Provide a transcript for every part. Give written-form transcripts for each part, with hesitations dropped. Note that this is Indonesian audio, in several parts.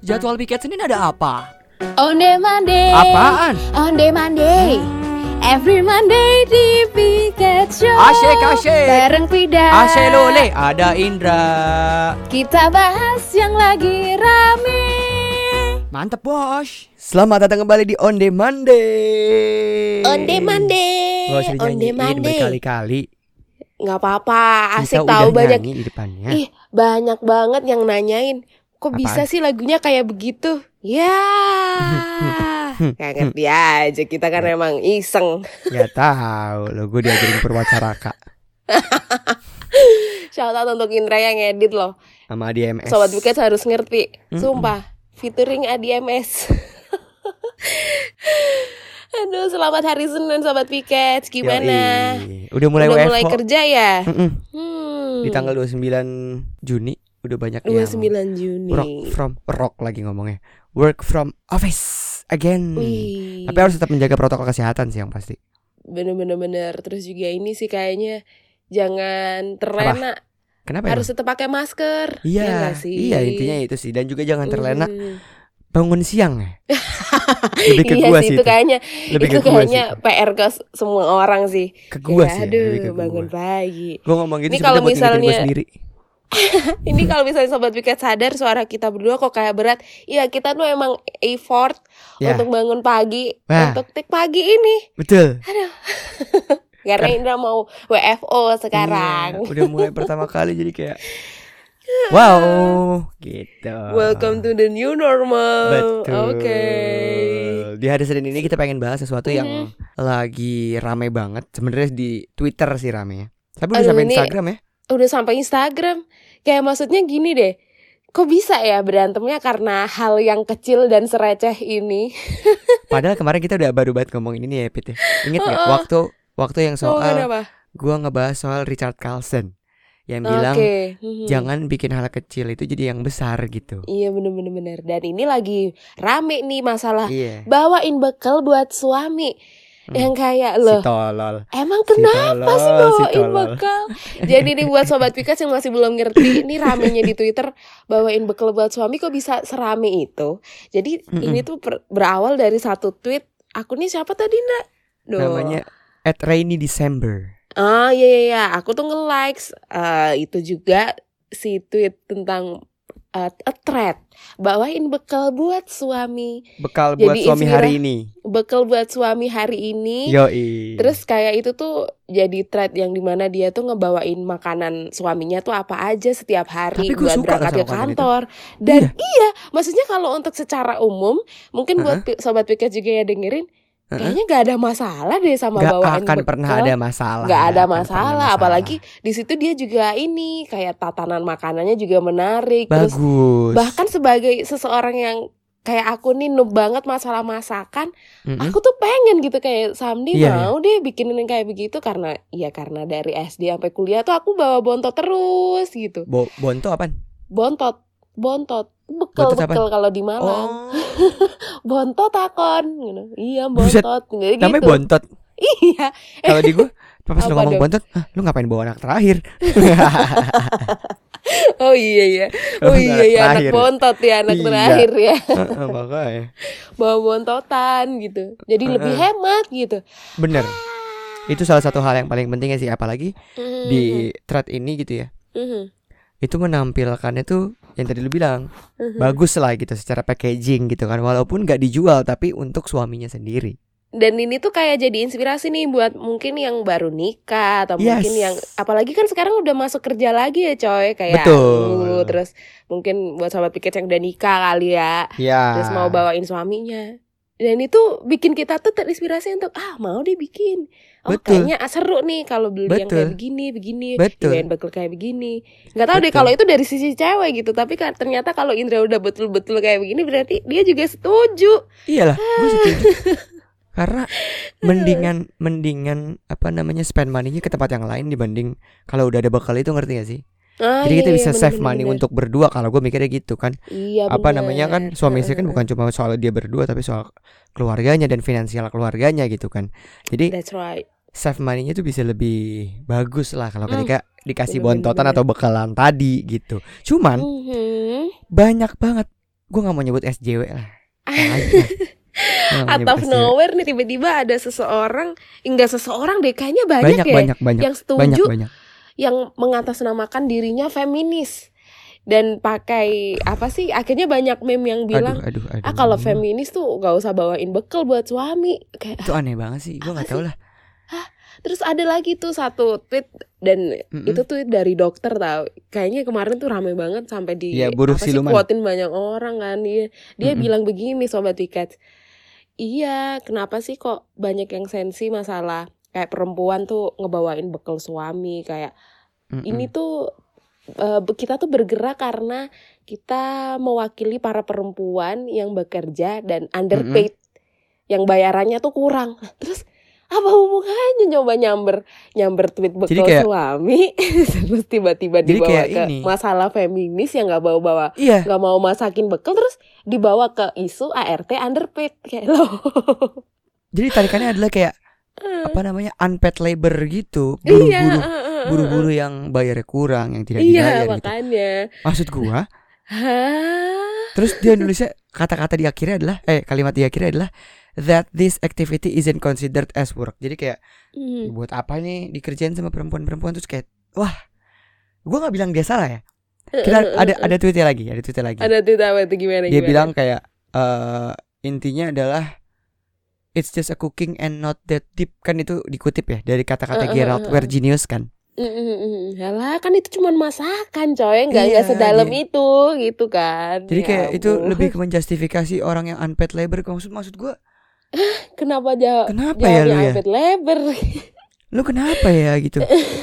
Jadwal piket Senin ada apa? Onde Monday. Apaan? Onde Monday. Every Monday di Piket Show. Asyik. Bareng Pida. Asyik lole, ada Indra. Kita bahas yang lagi rame. Mantep bos. Selamat datang kembali di Onde Monday. Onde Monday. Gak usah Onde dinyanyiin Monday. berkali-kali. Nggak apa-apa. Asik Kita tahu udah banyak. nyanyi di depannya. Ih, banyak banget yang nanyain. Kok bisa Apaan? sih lagunya kayak begitu? Ya. Gak ngerti aja. Kita kan emang iseng. Gak tahu lo, gue diajarin Purwacaraka Shout out untuk Indra yang edit loh. sama DMS. Sobat Piket harus ngerti. Sumpah, featuring ADMS. Aduh, selamat hari Senin Sobat Piket. Gimana? Yoi. Udah mulai Udah WFO. mulai kerja ya? Di tanggal 29 Juni udah banyak 29 yang Juni. work lagi ngomongnya. Work from office again. Wih, Tapi harus tetap menjaga protokol kesehatan sih yang pasti. bener. Terus juga ini sih kayaknya jangan terlena. Kenapa Harus emang? tetap pakai masker. Iya, Ya nggak sih? iya intinya itu sih. Dan juga jangan terlena Hmm. bangun siang ya. Lebih ke Iya gua sih sih itu kayaknya Lebih itu ke gua kayaknya sih. PR ke semua orang sih. Ke gua Ya, sih. aduh, Lebih ke bangun gua. pagi. Gua ngomong gitu Ini sebenarnya kalau buat ngingetin gua misalnya- sendiri. Ini kalau misalnya Sobat Piket sadar suara kita berdua kok kayak berat. Iya, kita tuh emang effort Ya. untuk bangun pagi, Wah. untuk take pagi ini. Betul. Karena Indra mau WFO sekarang. Iya, udah mulai pertama kali jadi kayak wow, gitu. Welcome to the new normal. Betul. Oke. Di hari Senin ini kita pengen bahas sesuatu yang lagi rame banget. Sebenarnya di Twitter sih rame ya. Tapi udah Aduh, sampai ini- Instagram ya. Udah sampai Instagram. Kayak maksudnya gini deh. Kok bisa ya berantemnya karena hal yang kecil dan sereceh ini? Padahal kemarin kita udah baru banget ngomongin ini ya Pit ya. Ingat nggak waktu yang Oh, soal kenapa? gua ngebahas soal Richard Carlson yang bilang Oke. jangan bikin hal kecil itu jadi yang besar gitu. Iya bener. Dan ini lagi rame nih masalah Iya. bawain bekal buat suami. Yang kayak Si loh, tolol. emang kenapa sih tolol, si bawain tolol. bekal? Jadi nih buat Sobat Pikas yang masih belum ngerti, ini ramenya di Twitter bawain bekal buat suami kok bisa serame itu. Jadi ini tuh berawal dari satu tweet. Akunnya siapa tadi Nda? Duh. Namanya @rainy_December. Ah iya, aku tuh nge-likes itu juga si tweet tentang a thread bawain bekal buat suami. Bekal Jadi buat suami hari ini. Bekal buat suami hari ini. Yoi. Terus kayak itu tuh jadi thread yang dimana dia tuh ngebawain makanan suaminya tuh apa aja setiap hari Tapi gua buat suka berangkat sama ke makanan kantor. Dan iya, maksudnya kalau untuk secara umum mungkin buat Sobat Piket juga ya dengerin, kayaknya gak ada masalah deh sama Gak bawain akan bekal. pernah ada masalah. Gak ada akan pernah masalah, apalagi di situ dia juga ini kayak tatanan makanannya juga menarik. Terus bagus. bahkan sebagai seseorang yang kayak aku nih noob banget masalah masakan, aku tuh pengen gitu kayak Samdi Iya, mau deh bikinin yang kayak begitu karena dari SD sampai kuliah tuh aku bawa bontot terus gitu. Bonto apaan? Bontot Bontot bekal apaan? kalau di Malang. Oh, Bontot takon gitu. Iya Buset, bontot gitu. namanya bontot. Iya. Kalau di gua pas lu Apa ngomong dong? bontot, lu ngapain bawa anak terakhir? Oh iya. Oh, Oh iya ya anak terakhir. bontot ya anak Iya. terakhir ya. Makanya. Bawa bontotan gitu. Jadi lebih hemat gitu. Bener. Itu salah satu hal yang paling pentingnya sih, apalagi di thread ini gitu ya. Itu menampilkannya tuh yang tadi lu bilang bagus lah gitu secara packaging gitu kan, walaupun gak dijual tapi untuk suaminya sendiri. Dan ini tuh kayak jadi inspirasi nih buat mungkin yang baru nikah atau Yes. mungkin yang apalagi kan sekarang udah masuk kerja lagi ya coy kayak Betul. terus mungkin buat Sobat Piket yang udah nikah kali ya. Ya. Terus mau bawain suaminya. Dan itu bikin kita tuh terinspirasi untuk mau deh bikin. Oh Betul. kayaknya seru nih kalau beli yang Betul. kayak begini, Betul. dibawain bekal kayak begini. Nggak tahu deh Betul. kalau itu dari sisi cewek gitu, tapi ternyata kalau Indra udah betul-betul kayak begini berarti dia juga setuju. Iyalah, gue setuju. Karena mendingan apa namanya spend money-nya ke tempat yang lain dibanding kalau udah ada bekal itu, ngerti gak sih? Jadi kita bisa save money untuk berdua, kalau gue mikirnya gitu kan. Iya, Apa bener. namanya kan suami istri kan bukan cuma soal dia berdua tapi soal keluarganya dan finansial keluarganya gitu kan. Jadi That's right. save money-nya tuh bisa lebih bagus lah kalau ketika dikasih Bener-bener. bontotan atau bekalan tadi gitu. Cuman Mhm. banyak banget gue nggak mau nyebut SJW lah. Out of nowhere nih tiba-tiba ada seseorang, enggak seseorang deh, kayaknya banyak yang setuju, banyak. Yang mengatasnamakan dirinya feminis dan pakai apa sih, akhirnya banyak meme yang bilang aduh. Kalau feminis tuh gak usah bawain bekal buat suami. Kayak, itu aneh banget sih, gue nggak tahu lah. Terus ada lagi tuh satu tweet, dan itu tweet dari dokter tau, kayaknya kemarin tuh rame banget sampai di quote-in banyak orang kan. Dia bilang begini Sobat Wikat, iya kenapa sih kok banyak yang sensi masalah kayak perempuan tuh ngebawain bekal suami, kayak ini tuh kita tuh bergerak karena kita mewakili para perempuan yang bekerja dan underpaid, yang bayarannya tuh kurang. Terus apa hubungannya nyoba nyamber tweet bekal suami terus tiba-tiba dibawa ke masalah feminis yang nggak bawa-bawa, nggak mau masakin bekal, terus dibawa ke isu ART underpaid kayak loh. Jadi tarikannya adalah kayak apa namanya, unpaid labor gitu, buru-buru yang bayarnya kurang, yang tidak dibayar gitu. Makanya. Maksud gua. Terus dia nulisnya kata-kata di akhirnya adalah kalimat di akhirnya adalah that this activity isn't considered as work. Jadi kayak buat apa nih dikerjain sama perempuan-perempuan, terus kayak wah, gua nggak bilang dia salah ya. Kita ada tweetnya lagi. Ada tweet apa itu, gimana? Dia bilang kayak intinya adalah it's just a cooking and not that deep, kan itu dikutip ya dari kata-kata Gerald Verginius kan. Yalah, kan itu cuma masakan coy, nggak sedalam itu gitu kan. Jadi kayak itu lebih ke menjustifikasi orang yang unpaid labor. Maksud gue kenapa ya lu ya unpaid labor? Lu kenapa ya gitu?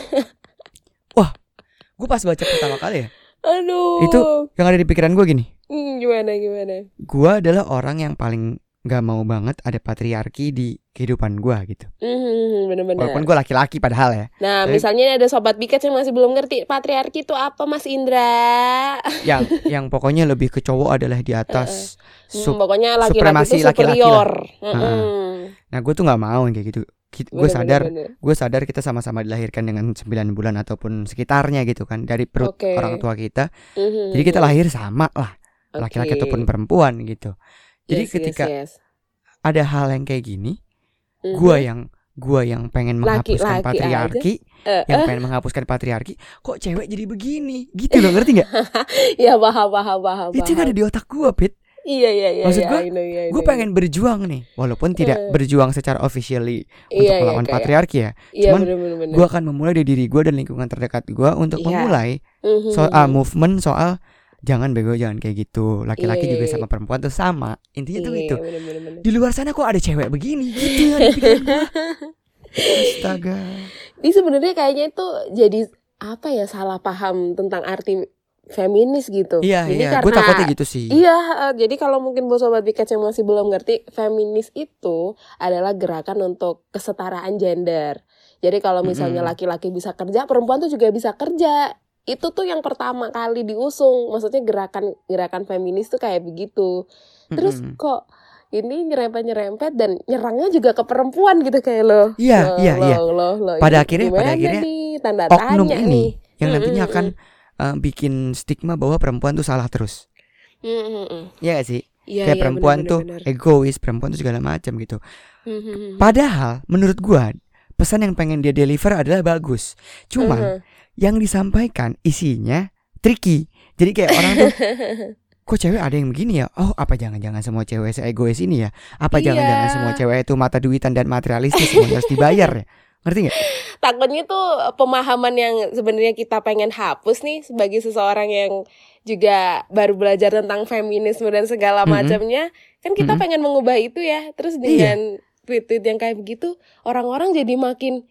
Wah, gue pas baca pertama kali ya, aduh, itu yang ada di pikiran gue gini. Gimana? Gue adalah orang yang paling gak mau banget ada patriarki di kehidupan gue gitu. Bener-bener. Walaupun gue laki-laki padahal ya. Nah, misalnya ada Sobat Bikat yang masih belum ngerti patriarki itu apa, Mas Indra? Yang pokoknya lebih ke cowok adalah di atas pokoknya laki-laki itu superior. Nah, gue tuh gak mau kayak gitu. Gue sadar kita sama-sama dilahirkan dengan 9 bulan ataupun sekitarnya gitu kan, dari perut orang tua kita. Jadi kita lahir sama lah, laki-laki ataupun perempuan gitu. Jadi ketika ada hal yang kayak gini, gue yang pengen menghapuskan patriarki, yang pengen menghapuskan patriarki, kok cewek jadi begini, gitu loh, ngerti nggak? Ya paham. Itu kan ada di otak gue, Pit. Iya. Maksud gue pengen berjuang nih, walaupun tidak berjuang secara officially untuk melawan patriarki ya. Cuman gue akan memulai dari diri gue dan lingkungan terdekat gue untuk memulai movement soal jangan kayak gitu. Laki-laki juga sama perempuan tuh sama. Intinya tuh gitu. Bener. Di luar sana kok ada cewek begini gitu. Astaga. Ini sebenarnya kayaknya itu jadi apa ya, salah paham tentang arti feminis gitu. Iya. Gue takutnya gitu sih. Iya, jadi kalau mungkin buat Sobat Bikat yang masih belum ngerti, feminis itu adalah gerakan untuk kesetaraan gender. Jadi kalau misalnya laki-laki bisa kerja, perempuan tuh juga bisa kerja. Itu tuh yang pertama kali diusung. Maksudnya gerakan feminis tuh kayak begitu. Terus kok ini nyerempet dan nyerangnya juga ke perempuan gitu kayak loh. Iya. Pada akhirnya nih, tanda oknum tanya ini nih yang nantinya akan bikin stigma bahwa perempuan tuh salah terus. Iya gak sih? Kayak perempuan tuh egois, perempuan tuh segala macam gitu. Padahal menurut gua pesan yang pengen dia deliver adalah bagus. Cuman yang disampaikan isinya tricky. Jadi kayak orang tuh, kok cewek ada yang begini ya? Oh, apa jangan-jangan semua cewek se-egois ini ya? Apa jangan-jangan semua cewek itu mata duitan dan materialistis, semuanya harus dibayar ya? Ngerti gak? Takutnya tuh pemahaman yang sebenarnya kita pengen hapus nih, sebagai seseorang yang juga baru belajar tentang feminisme dan segala macamnya, kan kita pengen mengubah itu ya. Terus dengan tweet-tweet yang kayak begitu, orang-orang jadi makin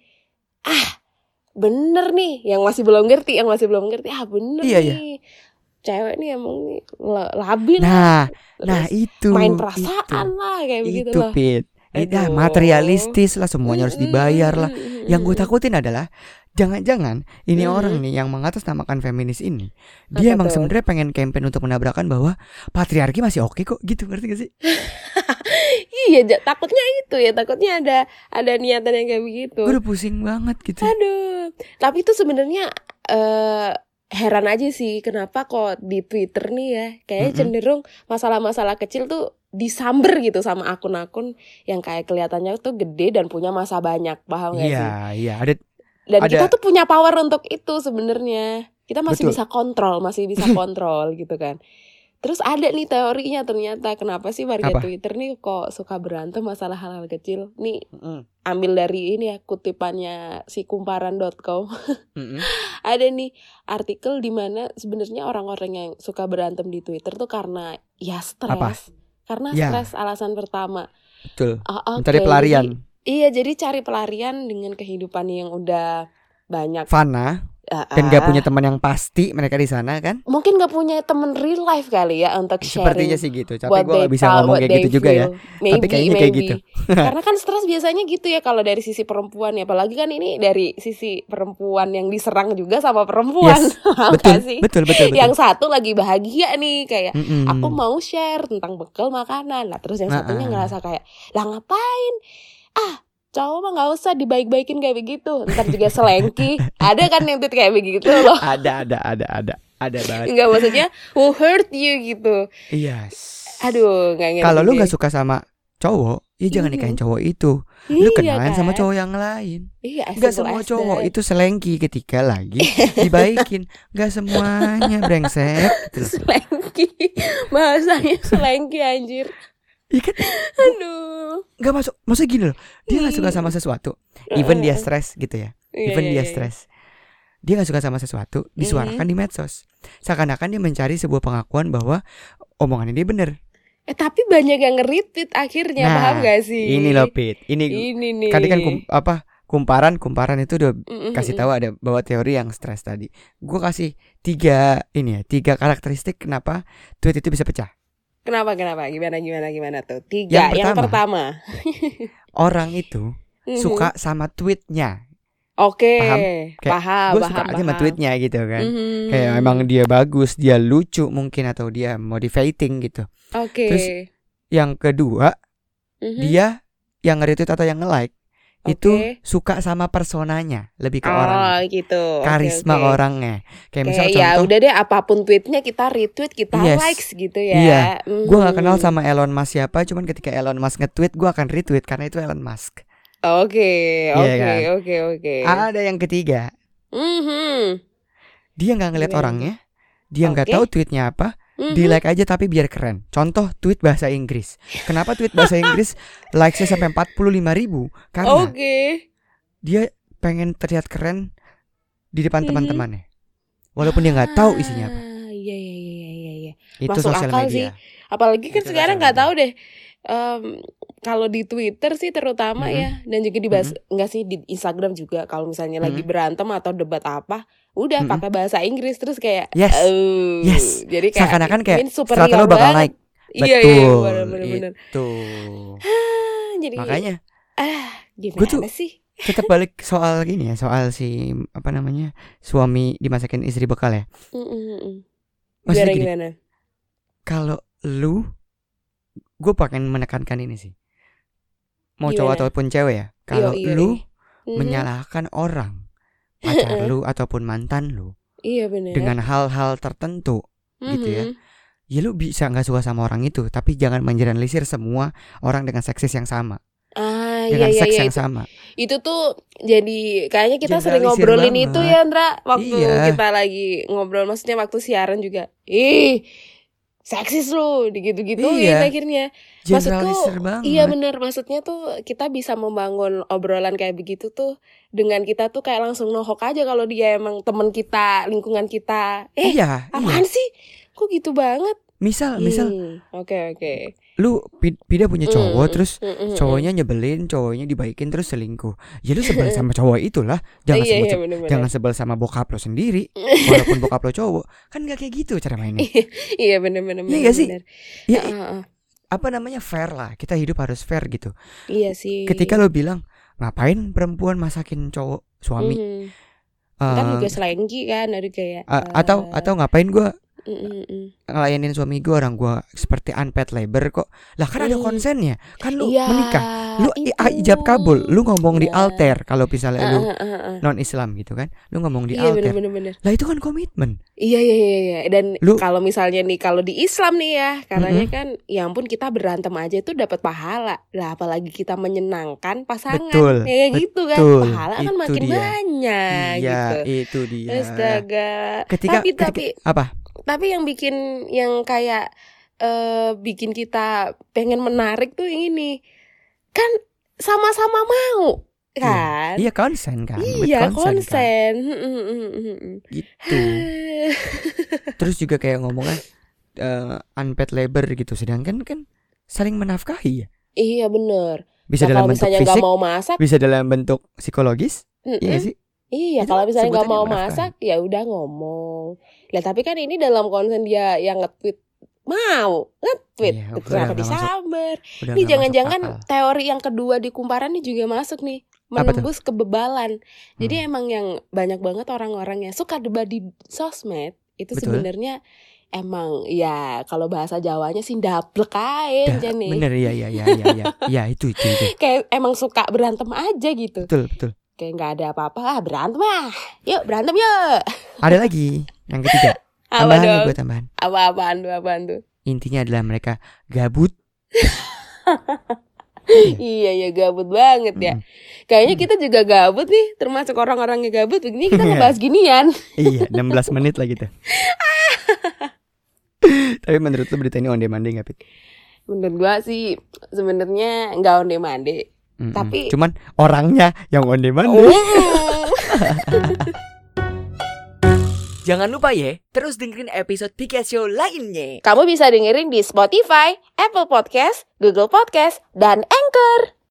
bener nih, yang masih belum ngerti, bener nih. Cewek nih emang labil. Nah itu main perasaan lah kayak begitu loh. Pit. Materialistis lah, semuanya harus dibayar lah. Yang gue takutin adalah jangan-jangan ini orang nih yang mengatasnamakan feminis ini, dia emang sebenarnya pengen campaign untuk menabrakkan bahwa patriarki masih oke kok gitu, ngerti gak sih? Iya, takutnya itu ya, takutnya ada niatan yang kayak begitu. Gue udah pusing banget gitu. Aduh, tapi itu sebenarnya heran aja sih kenapa kok di Twitter nih ya kayaknya cenderung masalah-masalah kecil tuh disamber gitu sama akun-akun yang kayak kelihatannya tuh gede dan punya masa banyak, paham gak sih? Iya, Dan kita tuh punya power untuk itu sebenarnya. Kita masih Betul. bisa kontrol gitu kan. Terus ada nih teorinya ternyata kenapa sih warga Twitter nih kok suka berantem masalah hal-hal kecil. Nih ambil dari ini ya kutipannya si kumparan.com. Ada nih artikel di mana sebenarnya orang-orang yang suka berantem di Twitter tuh karena ya stres. Karena stres alasan pertama. Betul. Mencari pelarian. Jadi cari pelarian dengan kehidupan yang udah banyak fana. Dan gak punya teman yang pasti mereka di sana kan? Mungkin gak punya teman real life kali ya untuk sharing. Sepertinya sih gitu. Tapi gue gak bisa ngomong kayak gitu juga ya. Tapi kayaknya kayak gitu. Karena kan stres biasanya gitu ya kalau dari sisi perempuan ya. Apalagi kan ini dari sisi perempuan yang diserang juga sama perempuan. Betul. Yang satu lagi bahagia nih kayak aku mau share tentang bekal makanan. Lah terus yang satunya ngerasa kayak lah ngapain? Cowok mah gak usah dibaik-baikin kayak begitu. Ntar juga selengki. Ada kan yang tweet kayak begitu loh. Ada banget. Enggak, maksudnya who hurt you gitu. Yes. Aduh gak ngerti. Kalau lu gak suka sama cowok, ya jangan nikahin cowok itu. Lu kenalan sama cowok yang lain. Gak semua cowok itu selengki ketika lagi dibaikin. Gak semuanya brengsek. Selengki. Bahasanya selengki anjir. Iya kan? Aduh. Gak masuk. Maksudnya gini loh, dia gak suka sama sesuatu, even dia stres gitu ya. Dia stres, dia gak suka sama sesuatu, disuarakan di medsos. Seakan-akan dia mencari sebuah pengakuan bahwa omongannya dia bener. Tapi banyak yang nge-retweet akhirnya, paham gak sih? Ini loh Pit, ini nih. Tadi kan kumparan itu udah kasih tahu ada bahwa teori yang stres tadi. Gue kasih tiga karakteristik kenapa tweet itu bisa pecah. Kenapa? Gimana tuh? Yang pertama. Orang itu suka sama tweetnya. Oke, paham. Gue suka aja sama tweetnya gitu kan. Kayak emang dia bagus, dia lucu mungkin, atau dia motivating gitu. Terus yang kedua, dia yang nge-retweet atau yang nge-like itu suka sama personanya, lebih ke orang gitu. Karisma orangnya. Kayak misal contoh, ya udah deh apapun tweetnya kita retweet, kita likes gitu ya. Iya. Gue gak kenal sama Elon Musk siapa, cuman ketika Elon Musk nge-tweet gue akan retweet karena itu Elon Musk. Oke. Ada yang ketiga. Dia gak ngeliat orangnya, dia gak tahu tweetnya apa. Di like aja tapi biar keren. Contoh tweet bahasa Inggris. Kenapa tweet bahasa Inggris likesnya sampai 45.000? Karena dia pengen terlihat keren di depan teman-temannya, walaupun dia nggak tahu isinya apa. Iya. Itu masuk sosial akal media sih. Apalagi kan sekarang nggak tahu deh. Kalau di Twitter sih terutama ya, dan juga di nggak sih di Instagram juga. Kalau misalnya lagi berantem atau debat apa, udah pakai bahasa Inggris terus kayak yes. Jadi kayak seakan-akan kayak strata lo bakal naik. Betul. Bener. Itu. Jadi makanya gimana tuh sih? Tetap balik soal gini ya, soal si suami dimasakin istri bekal ya. Maksudnya gimana? Kalau lu, gue pengen menekankan ini sih. Mau cowok ataupun cewek ya, kalau lu menyalahkan orang, pacar lu ataupun mantan lu, dengan hal-hal tertentu gitu ya, ya lu bisa nggak suka sama orang itu, tapi jangan mengeneralisir semua orang dengan seksis yang sama, dengan seks yang sama. Itu tuh jadi kayaknya kita sering ngobrolin banget. Itu ya Ndra, waktu kita lagi ngobrol, maksudnya waktu siaran juga. Seksis lu gitu-gituin akhirnya. Maksudku iya bener, maksudnya tuh kita bisa membangun obrolan kayak begitu tuh dengan kita tuh kayak langsung nohok aja kalau dia emang teman kita, lingkungan kita. Apaan sih? Kok gitu banget? Misal Oke. Lu Pida punya cowok, terus cowoknya nyebelin, cowoknya dibaikin terus selingkuh. Ya lu sebel sama cowok itulah. Jangan sebel sama bokap lo sendiri. Walaupun bokap lo cowok, kan gak kayak gitu cara mainnya. Iya bener. Iya gak sih? Ya, fair lah. Kita hidup harus fair gitu. Iya sih. Ketika lo bilang, ngapain perempuan masakin cowok suami? Kan juga selengki kan, ada kayak atau ngapain gue ngelayanin suami gue, orang gue seperti unpaid labor kok. Lah kan ada konsennya. Kan lu menikah, lu ijab kabul, lu ngomong di altar kalau misalnya lu non Islam gitu kan, lu ngomong di altar. Bener. Lah itu kan komitmen. Iya. Dan kalau misalnya nih, kalau di Islam nih ya, katanya kan ya ampun, kita berantem aja itu dapat pahala. Lah apalagi kita menyenangkan pasangan. Betul, ya gitu kan. Pahala kan makin banyak. Iya, gitu. Itu dia. Astaga. Tapi apa? Tapi yang bikin, yang kayak bikin kita pengen menarik tuh yang ini. Kan sama-sama mau kan? Iya konsen kan. Iya konsen kan? Gitu. Terus juga kayak ngomongnya unpaid labor gitu, sedangkan kan saling menafkahi ya. Iya bener. Bisa dalam bentuk fisik, gak mau masak, bisa dalam bentuk psikologis. Iya sih. Iya, kalau misalnya gak mau masak, ya udah ngomong. Lah tapi kan ini dalam konsen dia yang nge-tweet, mau nge-tweet, kenapa disambar? Ini jangan-jangan teori yang kedua di kumparan ini juga masuk nih, menembus kebebalan. Jadi emang yang banyak banget orang-orang yang suka debat di sosmed itu sebenarnya emang ya kalau bahasa Jawanya sih ndablek ae jane. Bener, iya itu. Kayak emang suka berantem aja gitu. Betul. Kayak nggak ada apa-apa, berantem yuk berantem yuk. Ada lagi yang ketiga. Tambahan. Apaan tuh? Intinya adalah mereka gabut. Iya gabut banget ya. Kayaknya kita juga gabut nih, termasuk orang-orang yang gabut. Begini kita ngebahas ginian. Iya, 16 menit lah gitu. Tapi menurut lu berita ini onde-mande nggak, Pit? Menurut gua sih sebenarnya nggak onde-mande. Tapi cuman orangnya yang onde-mande. Jangan lupa ya, terus dengerin episode Pika Show lainnya. Kamu bisa dengerin di Spotify, Apple Podcast, Google Podcast, dan Anchor.